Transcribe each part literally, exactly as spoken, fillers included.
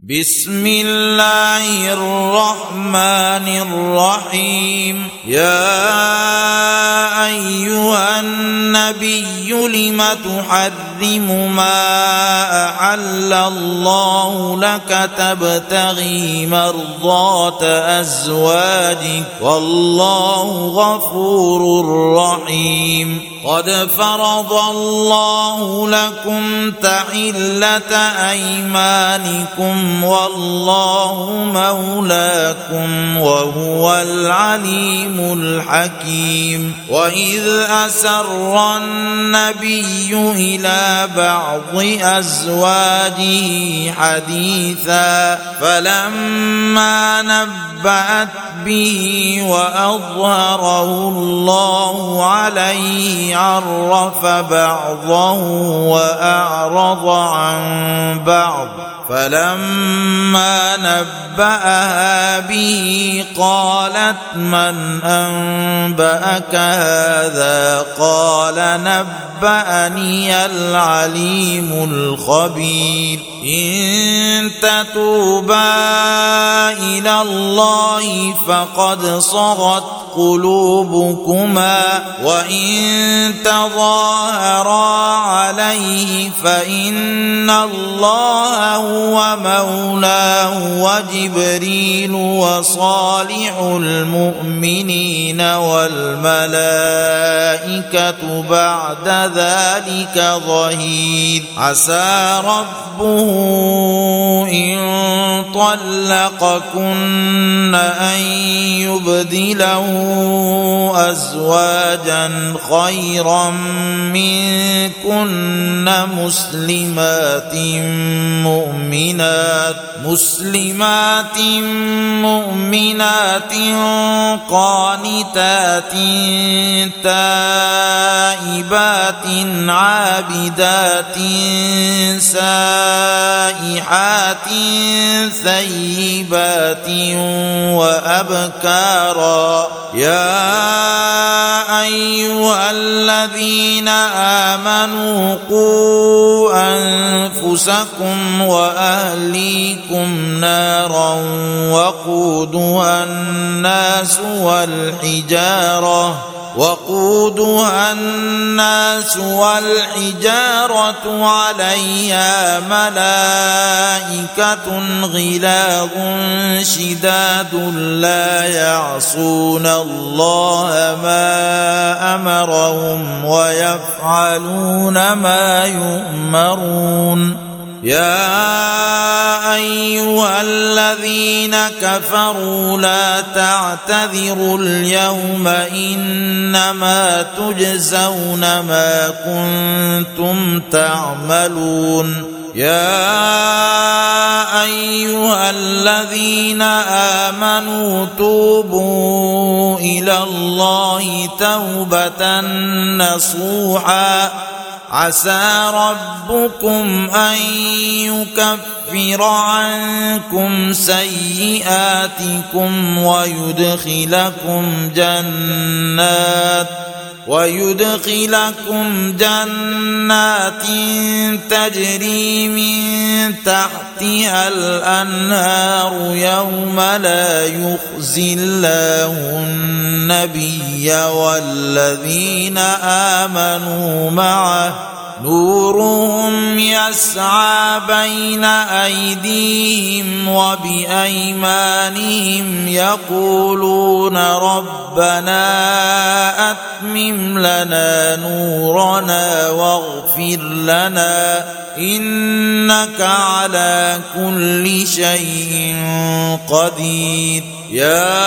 بسم الله الرحمن الرحيم. يا أيها النبي لم تحرم ما أحل الله لك تبتغي مرضات أزواجك والله غفور رحيم. قد فرض الله لكم تحلة أيمانكم والله مولاكم وهو العليم الحكيم. وإذ أسر النبي إلى بعض أزواجه حديثا فلما نبأت به وأظهره الله عليه عرف بعضه وأعرض عن بعض فلما نبأها به قالت من أنبأك هذا قال نبأني العليم الخبير. إن تتوبا إلى الله فقد صغت قلوبكما وإن تظاهرا عليه فإن الله هو مولاه وجبريل وصالح المؤمنين والملائكة بعد ذلك ظهير. عسى ربه إن طلقكن أن يبدله أزواجا خيرا منكن مسلمات مؤمنات مسلمات مؤمنات قانتات تائبات عابدات سائحات ثيبات وأبكارا. يا أيها الذين آمنوا قوا أنفسكم وأهليكم نارا وقودها الناس والحجارة وقودها الناس والحجارة عليها ملائكة غلاظ شداد لا يعصون الله ما أمرهم ويفعلون ما يؤمرون. يا أيها الذين كفروا لا تعتذروا اليوم إنما تجزون ما كنتم تعملون. يا أيها الذين آمنوا توبوا إلى الله توبة نصوحا عسى ربكم أن يكفر عنكم سيئاتكم ويدخلكم جنات ويدخلكم جنات تجري من تحتها الأنهار يوم لا يخزي الله النبي والذين آمنوا معه نورهم يسعى بين أيديهم وبأيمانهم يقولون ربنا أتمم لنا نورنا واغفر لنا إنك على كل شيء قدير. يا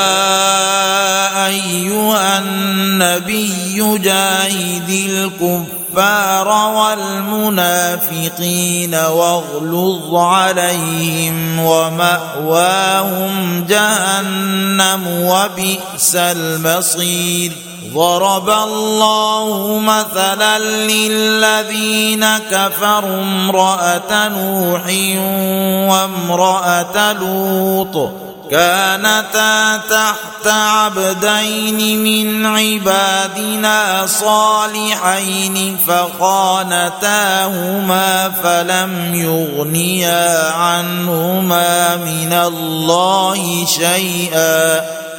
أيها النبي جاهد الكفار والمنافقين واغلظ عليهم ومأواهم جهنم وبئس المصير. ضرب الله مثلا للذين كفروا امرأة نوح وامرأة لوط كانتا تحت عبدين من عبادنا صالحين فخانتاهما فلم يغنيا عنهما من الله شيئا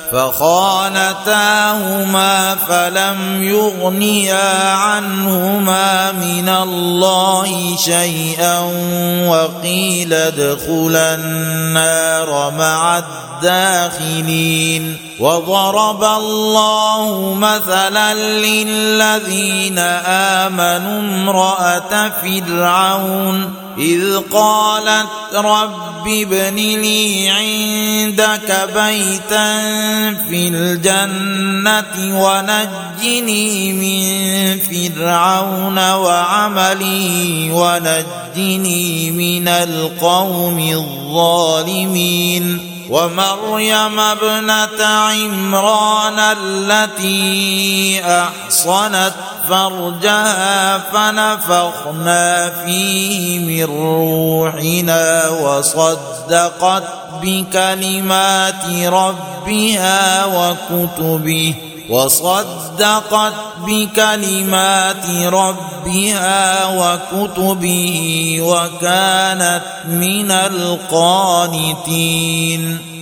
فخانتاهما فلم يغنيا عنهما من الله شيئا وقيل ادخلا النار مع الداخلين وضرب الله مثلا للذين آمنوا امرأة فرعون إذ قالت رب ابن لي عندك بيتا في الجنة ونجني من فرعون وعمله ونجني من القوم الظالمين ومريم ابنة عمران التي أحصنت فرجها فنفخنا فيه من روحنا وصدقت بكلمات ربها وكتبه وصدقت بكلمات ربها وكتبه وكانت من القانتين